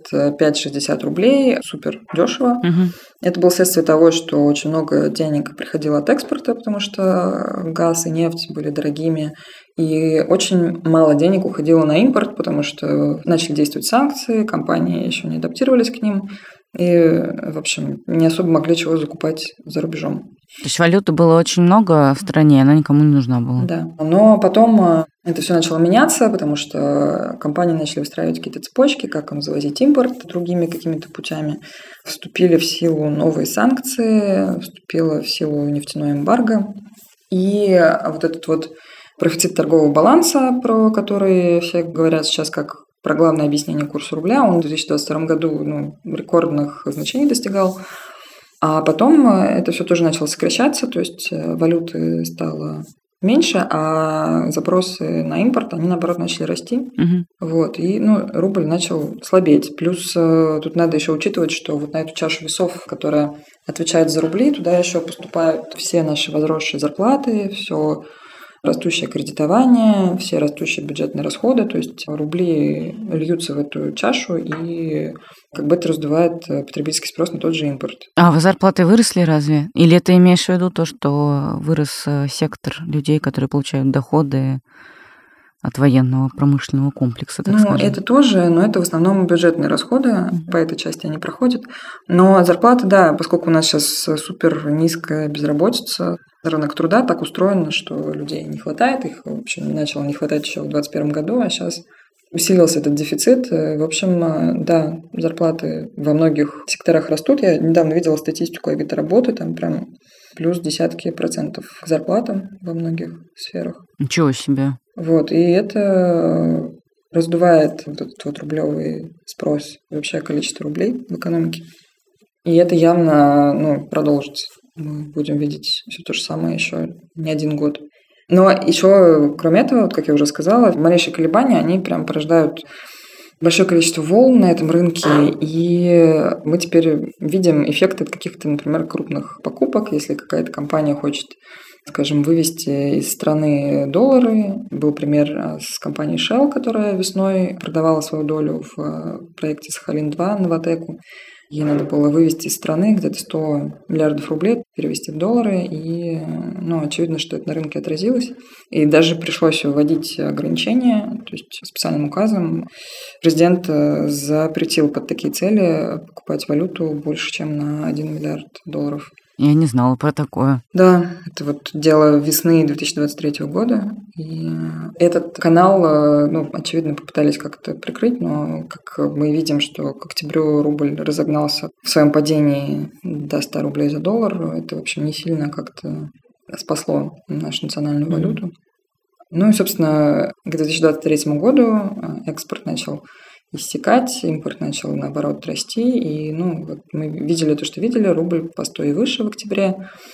55-60 рублей, супер дешево. Это было следствие того, что очень много денег приходило от экспорта, потому что газ и нефть были дорогими. И очень мало денег уходило на импорт, потому что начали действовать санкции, компании еще не адаптировались к ним. И, в общем, не особо могли чего закупать за рубежом. То есть валюты было очень много в стране, она никому не нужна была. Да. Но потом это все начало меняться, потому что компании начали выстраивать какие-то цепочки, как им завозить импорт другими какими-то путями. Вступили в силу новые санкции, вступила в силу нефтяное эмбарго. И вот этот вот профицит торгового баланса, про который все говорят сейчас как про главное объяснение курса рубля, он в 2022 году рекордных значений достигал. А потом это все тоже начало сокращаться, то есть валюты стало меньше, а запросы на импорт, они, наоборот, начали расти. Вот, и рубль начал слабеть. Плюс тут надо еще учитывать, что вот на эту чашу весов, которая отвечает за рубли, туда еще поступают все наши возросшие зарплаты, все растущее кредитование, все растущие бюджетные расходы, то есть рубли льются в эту чашу, и как бы это раздувает потребительский спрос на тот же импорт. А вы зарплаты выросли разве? Или ты имеешь в виду то, что вырос сектор людей, которые получают доходы от военного промышленного комплекса, так скажем? Это тоже, но это в основном бюджетные расходы, по этой части они проходят. Но зарплаты, да, поскольку у нас сейчас супер низкая безработица, рынок труда так устроен, что людей не хватает, их, в общем, начало не хватать еще в 2021 году, а сейчас усилился этот дефицит. В общем, да, зарплаты во многих секторах растут. Я недавно видела статистику Авито работы, там прям плюс десятки процентов к зарплатам во многих сферах. Ничего себе. Вот, и это раздувает вот этот вот рублевый спрос, вообще количество рублей в экономике. И это явно, продолжится. Мы будем видеть все то же самое еще не один год. Но еще, кроме этого, вот, как я уже сказала, малейшие колебания, они прям порождают большое количество волн на этом рынке, и мы теперь видим эффект от каких-то, например, крупных покупок. Если какая-то компания хочет, скажем, вывести из страны доллары. Был пример с компанией Shell, которая весной продавала свою долю в проекте Сахалин-2 Новатэку. Ей надо было вывести из страны где-то 100 миллиардов рублей, перевести в доллары, и очевидно, что это на рынке отразилось. И даже пришлось вводить ограничения, то есть специальным указом президент запретил под такие цели покупать валюту больше, чем на 1 миллиард долларов. Я не знала про такое. Да, это вот дело весны 2023 года. И этот канал, очевидно, попытались как-то прикрыть, но как мы видим, что к октябрю рубль разогнался в своем падении до 100 рублей за доллар, это, в общем, не сильно как-то спасло нашу национальную валюту. Ну и, собственно, к 2023 году экспорт начал иссякать, импорт начал, наоборот, расти, и, вот мы видели то, что видели, рубль по 100 и выше в октябре,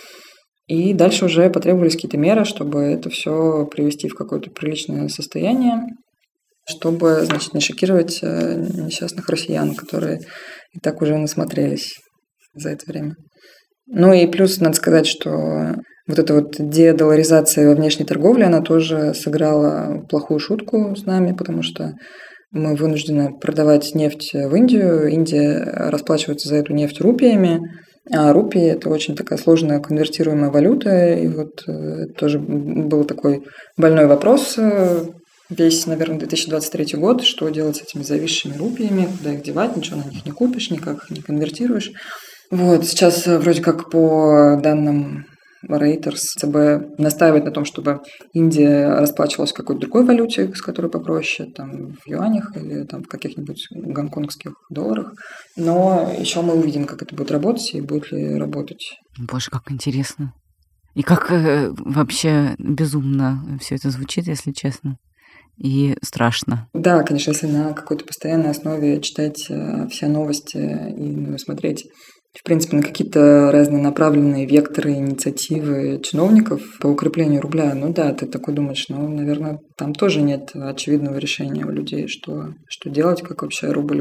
и дальше уже потребовались какие-то меры, чтобы это все привести в какое-то приличное состояние, чтобы, значит, не шокировать несчастных россиян, которые и так уже насмотрелись за это время. Ну и плюс, надо сказать, что вот эта вот дедоларизация во внешней торговле, она тоже сыграла плохую шутку с нами, потому что мы вынуждены продавать нефть в Индию. Индия расплачивается за эту нефть рупиями, а рупии – это очень такая сложная конвертируемая валюта. И вот это тоже был такой больной вопрос весь, наверное, 2023 год, что делать с этими зависшими рупиями, куда их девать, ничего на них не купишь, никак не конвертируешь. Вот, сейчас вроде как по данным Reuters, ЦБ настаивает на том, чтобы Индия расплачивалась в какой-то другой валюте, с которой попроще, там в юанях или там в каких-нибудь гонконгских долларах. Но еще мы увидим, как это будет работать и будет ли работать. Боже, как интересно. И как вообще безумно все это звучит, если честно. И страшно. Да, конечно, если на какой-то постоянной основе читать все новости и смотреть, в принципе, на какие-то разные направленные векторы, инициативы чиновников по укреплению рубля. Ну да, ты такой думаешь, наверное, там тоже нет очевидного решения у людей, что делать, как вообще рубль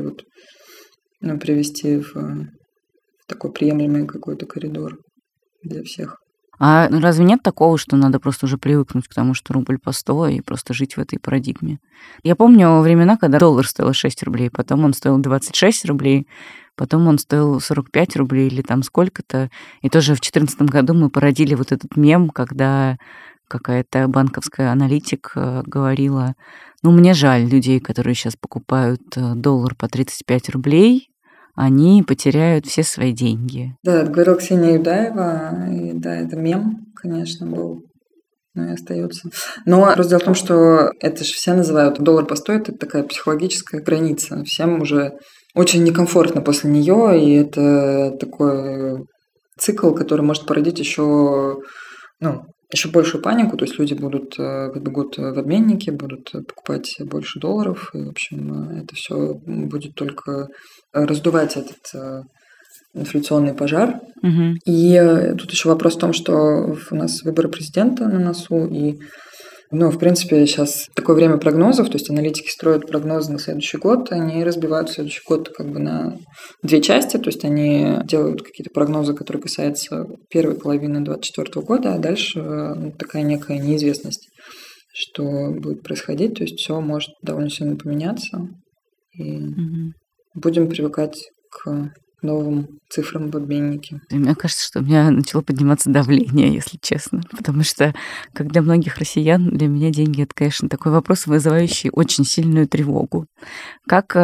привести в такой приемлемый какой-то коридор для всех. А разве нет такого, что надо просто уже привыкнуть к тому, что рубль по 100 и просто жить в этой парадигме? Я помню времена, когда доллар стоил 6 рублей, потом он стоил 26 рублей, потом он стоил 45 рублей или там сколько-то. И тоже в 2014 году мы породили вот этот мем, когда какая-то банковская аналитик говорила, мне жаль людей, которые сейчас покупают доллар по 35 рублей, они потеряют все свои деньги. Да, это говорила Ксения Юдаева, и да, это мем, конечно, был, но и остается. Но просто дело в том, что это же все называют доллар по 100, это такая психологическая граница. Всем уже очень некомфортно после нее, и это такой цикл, который может породить еще большую панику, то есть люди побегут в обменники, будут покупать больше долларов, и, в общем, это все будет только раздувать этот инфляционный пожар. Угу. И тут еще вопрос в том, что у нас выборы президента на носу, и в принципе, сейчас такое время прогнозов, то есть аналитики строят прогнозы на следующий год, они разбивают следующий год на две части, то есть они делают какие-то прогнозы, которые касаются первой половины 2024 года, а дальше такая некая неизвестность, что будет происходить, то есть все может довольно сильно поменяться, и будем привыкать к новым цифрам в обменнике. Мне кажется, что у меня начало подниматься давление, если честно. Потому что, как для многих россиян, для меня деньги — это, конечно, такой вопрос, вызывающий очень сильную тревогу. Как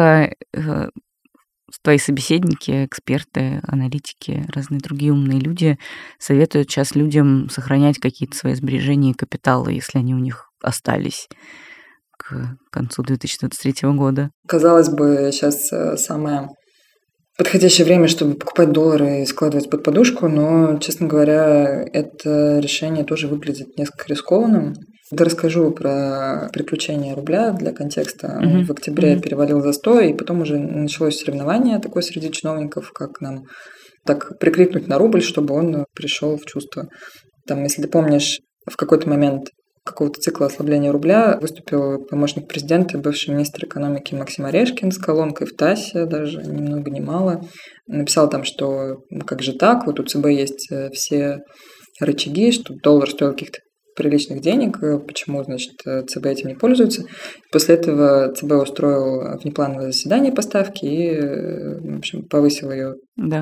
твои собеседники, эксперты, аналитики, разные другие умные люди советуют сейчас людям сохранять какие-то свои сбережения и капиталы, если они у них остались к концу 2023 года? Казалось бы, сейчас самое подходящее время, чтобы покупать доллары и складывать под подушку, но, честно говоря, это решение тоже выглядит несколько рискованным. Я расскажу про приключения рубля для контекста. Он в октябре перевалил за 100, и потом уже началось соревнование такое среди чиновников, как нам так прикрикнуть на рубль, чтобы он пришел в чувство. Там, если ты помнишь, в какой-то момент какого-то цикла ослабления рубля выступил помощник президента, бывший министр экономики Максим Орешкин с колонкой в ТАССе, даже ни много ни мало. Написал там, что как же так, вот у ЦБ есть все рычаги, что доллар стоил каких-то приличных денег, почему, значит, ЦБ этим не пользуется. После этого ЦБ устроил внеплановое заседание по ставке и, в общем, повысил ее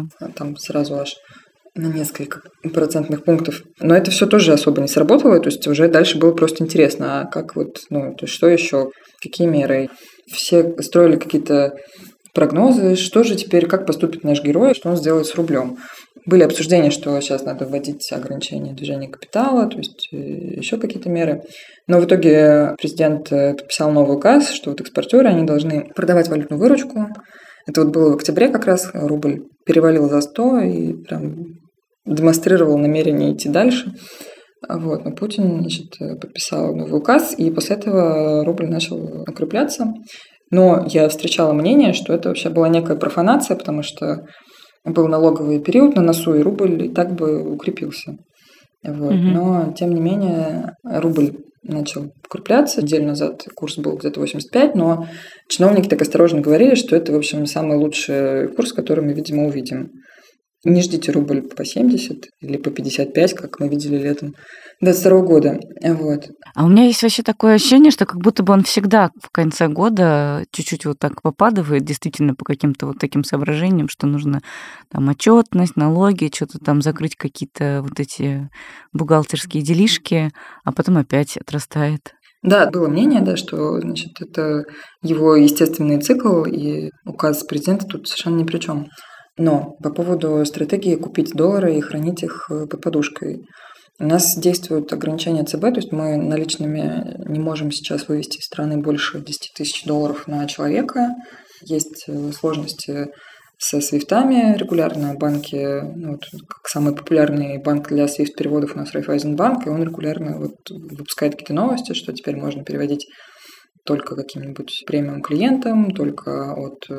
там сразу аж на несколько процентных пунктов. Но это все тоже особо не сработало, то есть уже дальше было просто интересно, а как вот, то есть что еще, какие меры. Все строили какие-то прогнозы, что же теперь, как поступит наш герой, что он сделает с рублем. Были обсуждения, что сейчас надо вводить ограничения движения капитала, то есть еще какие-то меры. Но в итоге президент подписал новый указ, что вот экспортеры, они должны продавать валютную выручку. Это вот было в октябре как раз, рубль перевалил за 100 и прям демонстрировал намерение идти дальше. Вот. Но Путин, значит, подписал новый указ, и после этого рубль начал укрепляться. Но я встречала мнение, что это вообще была некая профанация, потому что был налоговый период на носу, и рубль и так бы укрепился. Вот. Но, тем не менее, рубль начал укрепляться. Неделю назад курс был где-то 85, но чиновники так осторожно говорили, что это, в общем, самый лучший курс, который мы, видимо, увидим. Не ждите рубль по 70 или по 55, как мы видели летом 2022 года. Вот. А у меня есть вообще такое ощущение, что как будто бы он всегда в конце года чуть-чуть вот так попадывает, действительно по каким-то вот таким соображениям, что нужно там отчетность, налоги, что-то там закрыть какие-то вот эти бухгалтерские делишки, а потом опять отрастает. Да, было мнение, да, что, значит, это его естественный цикл, и указ президента тут совершенно ни при чем. Но по поводу стратегии купить доллары и хранить их под подушкой. У нас действуют ограничения ЦБ, то есть мы наличными не можем сейчас вывести из страны больше 10 тысяч долларов на человека. Есть сложности со свифтами регулярно. Банки, вот, как самый популярный банк для свифт-переводов у нас Райффайзенбанк, и он регулярно вот выпускает какие-то новости, что теперь можно переводить только каким-нибудь премиум-клиентам, только от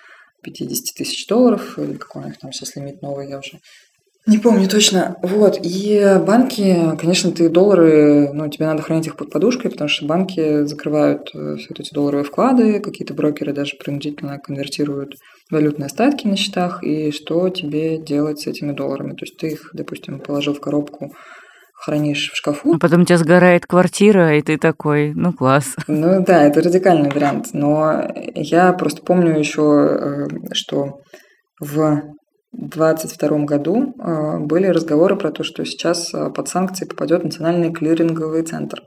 50 тысяч долларов, или какой у них там сейчас лимит новый, я уже не помню точно. Вот, и банки, конечно, ты доллары, тебе надо хранить их под подушкой, потому что банки закрывают все эти долларовые вклады, какие-то брокеры даже принудительно конвертируют валютные остатки на счетах, и что тебе делать с этими долларами? То есть ты их, допустим, положил в коробку, хранишь в шкафу. А потом у тебя сгорает квартира, и ты такой, класс. Ну да, это радикальный вариант. Но я просто помню еще, что в 2022 году были разговоры про то, что сейчас под санкции попадет Национальный клиринговый центр.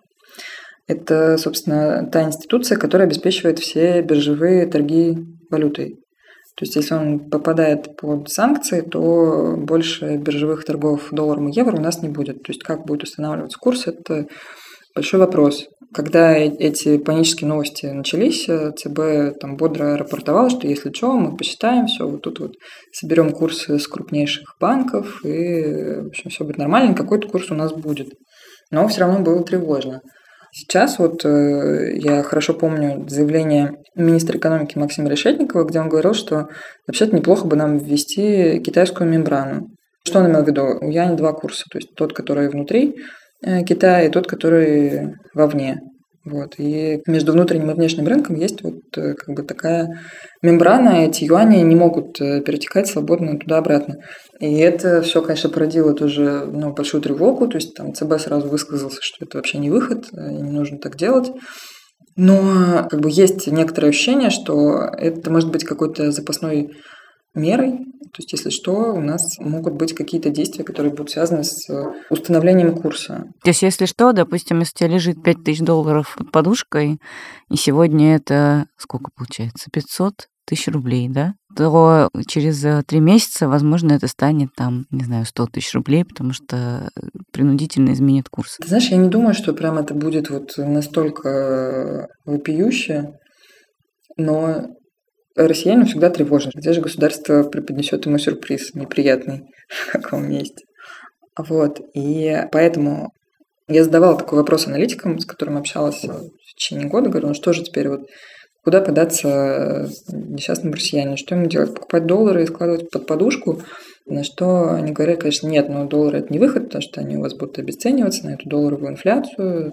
Это, собственно, та институция, которая обеспечивает все биржевые торги валютой. То есть, если он попадает под санкции, то больше биржевых торгов долларом и евро у нас не будет. То есть, как будет устанавливаться курс, это большой вопрос. Когда эти панические новости начались, ЦБ там бодро рапортовал, что если что, мы посчитаем все, вот тут вот соберем курсы с крупнейших банков, и, в общем, все будет нормально, какой-то курс у нас будет. Но все равно было тревожно. Сейчас вот я хорошо помню заявление министра экономики Максима Решетникова, где он говорил, что вообще-то неплохо бы нам ввести китайскую мембрану. Что он имел в виду? У Яни два курса, то есть тот, который внутри Китая, и тот, который вовне. Вот. И между внутренним и внешним рынком есть вот как бы такая мембрана, эти юани не могут перетекать свободно туда-обратно. И это все, конечно, породило тоже большую тревогу, то есть там ЦБ сразу высказался, что это вообще не выход, не нужно так делать. Но как бы есть некоторое ощущение, что это может быть какой-то запасной мерой. То есть, если что, у нас могут быть какие-то действия, которые будут связаны с установлением курса. То есть, если что, допустим, если у тебя лежит 5000 долларов под подушкой, и сегодня это, сколько получается, 500 тысяч рублей, да? То через 3 месяца, возможно, это станет там, не знаю, 100 тысяч рублей, потому что принудительно изменит курс. Ты знаешь, я не думаю, что прям это будет вот настолько вопиюще, но россиянину всегда тревожно. Где же государство преподнесет ему сюрприз неприятный в каком месте. Вот. И поэтому я задавала такой вопрос аналитикам, с которым общалась в течение года. Говорю, что же теперь вот куда податься несчастному россиянину? Что ему делать? Покупать доллары и складывать под подушку? На что они говорят, конечно, нет, но доллар – это не выход, потому что они у вас будут обесцениваться на эту долларовую инфляцию.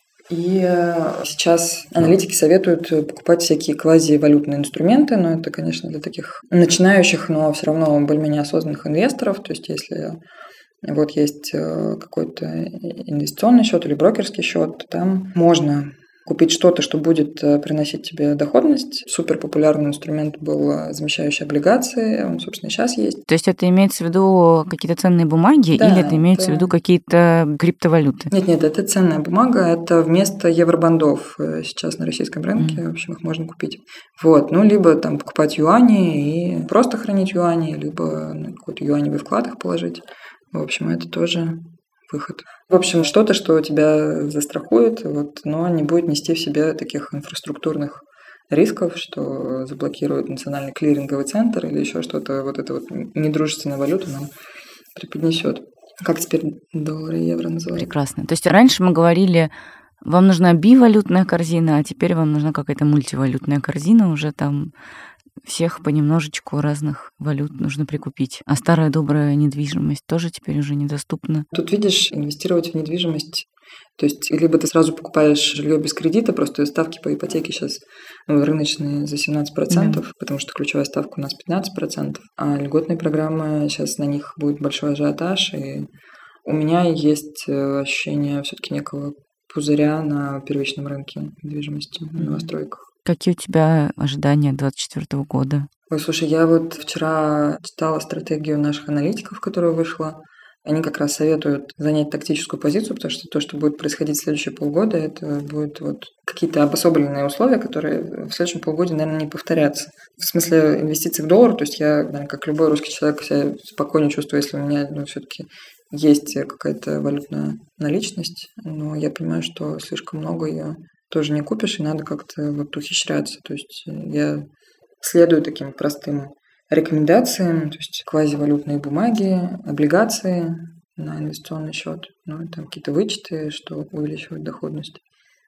И сейчас аналитики советуют покупать всякие квазивалютные инструменты, но это, конечно, для таких начинающих, но все равно более-менее осознанных инвесторов. То есть, если вот есть какой-то инвестиционный счет или брокерский счет, то там можно купить что-то, что будет приносить тебе доходность. Супер популярный инструмент был замещающий облигации, он, собственно, сейчас есть. То есть это имеется в виду какие-то ценные бумаги, Да, или это имеется в виду какие-то криптовалюты? Нет, это ценная бумага, это вместо евробандов сейчас на российском рынке, в общем, их можно купить. Вот, либо там покупать юани и просто хранить юани, либо на какой-то юаневый вклад их положить. В общем, это тоже выход. В общем, что-то, что тебя застрахует, но не будет нести в себе таких инфраструктурных рисков, что заблокирует национальный клиринговый центр или еще что-то, эта недружественная валюта нам преподнесет. Как теперь доллары и евро называют? Прекрасно. То есть раньше мы говорили, вам нужна бивалютная корзина, а теперь вам нужна какая-то мультивалютная корзина, уже там всех понемножечку разных валют нужно прикупить. А старая добрая недвижимость тоже теперь уже недоступна. Тут, видишь, инвестировать в недвижимость, то есть либо ты сразу покупаешь жилье без кредита, просто ставки по ипотеке сейчас рыночные за 17%, потому что ключевая ставка у нас 15%, а льготные программы, сейчас на них будет большой ажиотаж, и у меня есть ощущение все-таки некого пузыря на первичном рынке недвижимости, на новостройках. Какие у тебя ожидания 2024 года? Ой, слушай, я вчера читала стратегию наших аналитиков, которая вышла. Они как раз советуют занять тактическую позицию, потому что то, что будет происходить в следующие полгода, это будут какие-то обособленные условия, которые в следующем полугодии, наверное, не повторятся. В смысле инвестиций в доллар, то есть я, наверное, как любой русский человек, себя спокойно чувствую, если у меня все-таки есть какая-то валютная наличность, но я понимаю, что слишком много ее тоже не купишь, и надо как-то ухищряться. То есть я следую таким простым рекомендациям, то есть квазивалютные бумаги, облигации на инвестиционный счет, там какие-то вычеты, что увеличивает доходность.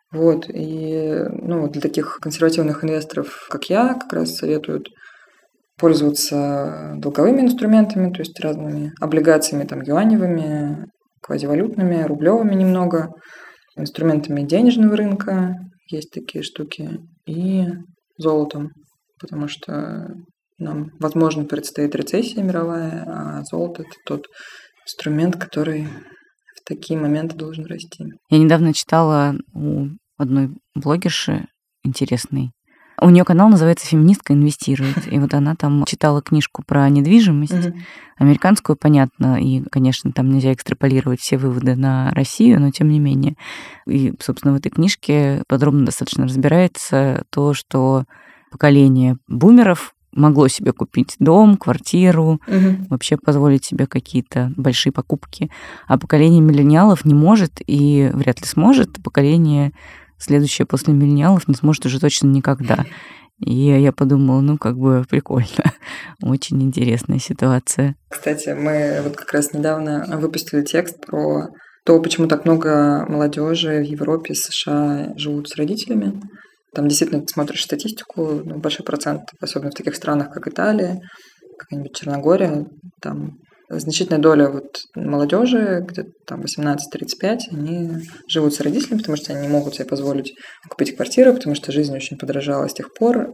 И для таких консервативных инвесторов, как я, как раз советуют пользоваться долговыми инструментами, то есть разными облигациями, юаневыми, квазивалютными, рублевыми немного, инструментами денежного рынка, есть такие штуки, и золотом, потому что нам, возможно, предстоит рецессия мировая, а золото – это тот инструмент, который в такие моменты должен расти. Я недавно читала у одной блогерши интересной. У нее канал называется «Феминистка инвестирует». И она там читала книжку про недвижимость, американскую, понятно, и, конечно, там нельзя экстраполировать все выводы на Россию, но тем не менее. И, собственно, в этой книжке подробно достаточно разбирается то, что поколение бумеров могло себе купить дом, квартиру, вообще позволить себе какие-то большие покупки, а поколение миллениалов не может и вряд ли сможет. Поколение следующее после миллениалов не сможет уже точно никогда. И я подумала, прикольно. Очень интересная ситуация. Кстати, мы как раз недавно выпустили текст про то, почему так много молодежи в Европе, США живут с родителями. Там действительно, ты смотришь статистику, большой процент, особенно в таких странах, как Италия, какая-нибудь Черногория, там значительная доля молодежи, где-то там 18-35, они живут с родителями, потому что они не могут себе позволить купить квартиру, потому что жизнь очень подорожала с тех пор.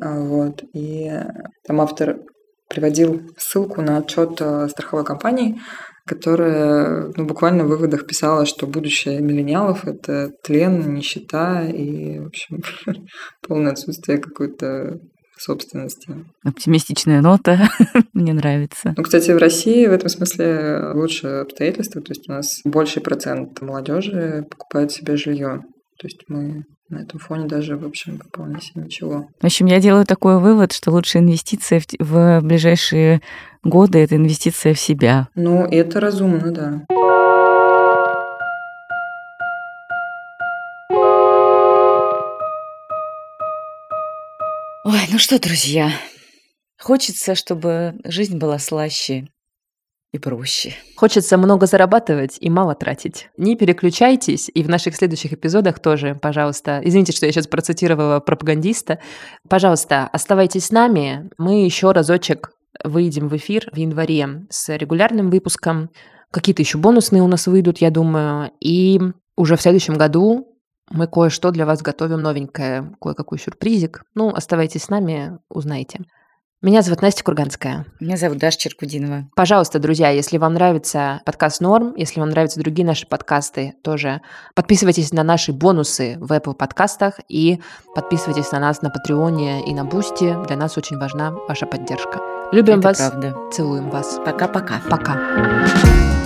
И там автор приводил ссылку на отчет страховой компании, которая буквально в выводах писала, что будущее миллениалов – это тлен, нищета и, в общем, полное отсутствие какой-то собственности. Оптимистичная нота, мне нравится. Кстати, в России в этом смысле лучше обстоятельства, то есть у нас больший процент молодежи покупает себе жилье. То есть мы на этом фоне даже, в общем, вполне себе ничего. В общем, я делаю такой вывод, что лучшая инвестиция в ближайшие годы – это инвестиция в себя. Это разумно, да. Ой, что, друзья, хочется, чтобы жизнь была слаще и проще. Хочется много зарабатывать и мало тратить. Не переключайтесь, и в наших следующих эпизодах тоже, пожалуйста. Извините, что я сейчас процитировала пропагандиста. Пожалуйста, оставайтесь с нами. Мы еще разочек выйдем в эфир в январе с регулярным выпуском. Какие-то еще бонусные у нас выйдут, я думаю. И уже в следующем году мы кое-что для вас готовим новенькое, кое-какой сюрпризик. Ну, оставайтесь с нами, узнаете. Меня зовут Настя Курганская. Меня зовут Даша Черкудинова. Пожалуйста, друзья, если вам нравится подкаст «Норм», если вам нравятся другие наши подкасты, тоже подписывайтесь на наши бонусы в Apple подкастах и подписывайтесь на нас на Патреоне и на Бусти. Для нас очень важна ваша поддержка. Любим Это вас, правда. целуем вас. Пока-пока. Пока.